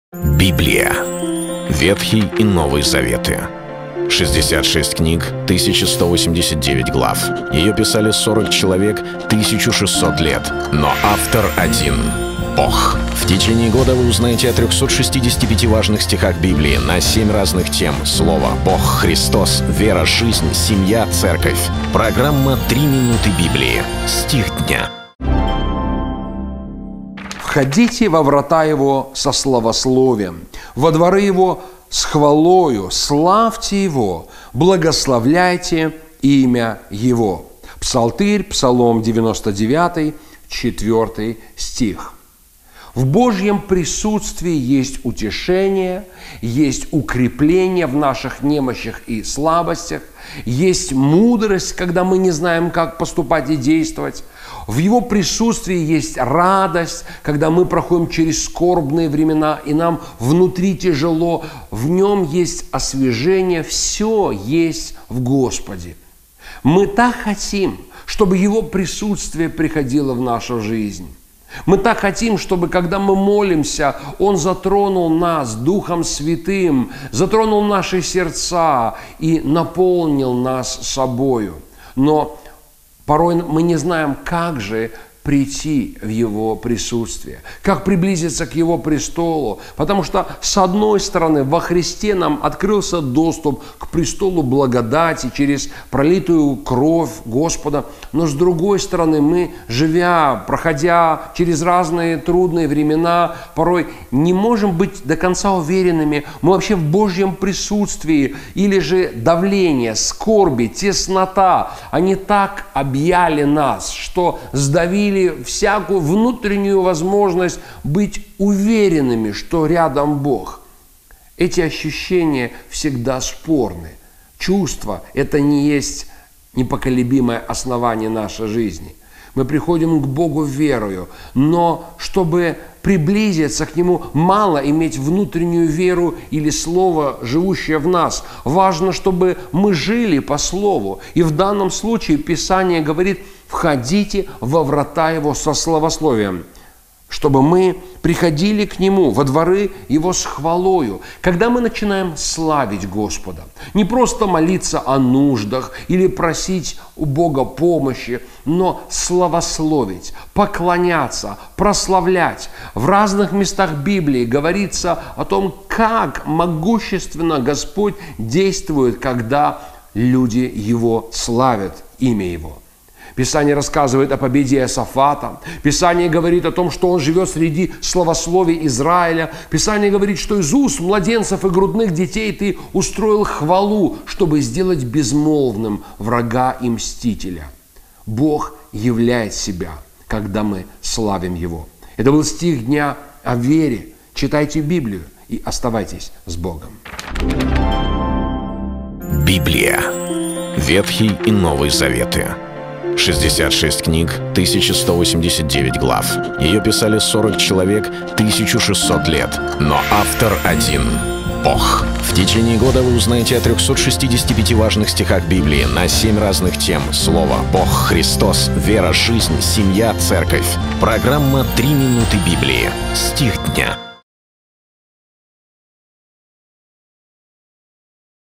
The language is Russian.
Библия. Ветхий и Новый Заветы. 66 книг, 1189 глав. Ее писали 40 человек, 1600 лет. Но автор один — Бог. В течение года вы узнаете о 365 важных стихах Библии на 7 разных тем. Слово, Бог, Христос, вера, жизнь, семья, церковь. Программа «3 минуты Библии». Стих дня. «Входите во врата Его со славословием, во дворы Его с хвалою, славьте Его, благословляйте имя Его». Псалтырь, Псалом 99, 4 стих. В Божьем присутствии есть утешение, есть укрепление в наших немощах и слабостях, есть мудрость, когда мы не знаем, как поступать и действовать. В Его присутствии есть радость, когда мы проходим через скорбные времена, и нам внутри тяжело. В Нем есть освежение, все есть в Господе. Мы так хотим, чтобы Его присутствие приходило в нашу жизнь. Мы так хотим, чтобы, когда мы молимся, Он затронул нас Духом Святым, затронул наши сердца и наполнил нас собою. Но порой мы не знаем, как же прийти в Его присутствие, как приблизиться к Его престолу, потому что, с одной стороны, во Христе нам открылся доступ к престолу благодати через пролитую кровь Господа, но, с другой стороны, мы, живя, проходя через разные трудные времена, порой не можем быть до конца уверенными, мы вообще в Божьем присутствии, или же давление, скорби, теснота, они так объяли нас, что сдавили всякую внутреннюю возможность быть уверенными, что рядом Бог. Эти ощущения всегда спорны. Чувство – это не есть непоколебимое основание нашей жизни. Мы приходим к Богу верою, но чтобы приблизиться к Нему, мало иметь внутреннюю веру или Слово, живущее в нас. Важно, чтобы мы жили по Слову. И в данном случае Писание говорит: «Входите во врата Его со славословием», чтобы мы приходили к Нему, во дворы Его с хвалою. Когда мы начинаем славить Господа, не просто молиться о нуждах или просить у Бога помощи, но славословить, поклоняться, прославлять. В разных местах Библии говорится о том, как могущественно Господь действует, когда люди Его славят, имя Его. Писание рассказывает о победе Иосафата. Писание говорит о том, что он живет среди славословий Израиля. Писание говорит, что из уст младенцев и грудных детей ты устроил хвалу, чтобы сделать безмолвным врага и мстителя. Бог являет себя, когда мы славим Его. Это был стих дня о вере. Читайте Библию и оставайтесь с Богом. Библия. Ветхий и Новый Заветы. 66 книг, 1189 глав. Ее писали 40 человек, 1600 лет. Но автор один — Бог. В течение года вы узнаете о 365 важных стихах Библии на 7 разных тем. Слово, Бог, Христос, вера, жизнь, семья, церковь. Программа «3 минуты Библии». Стих дня.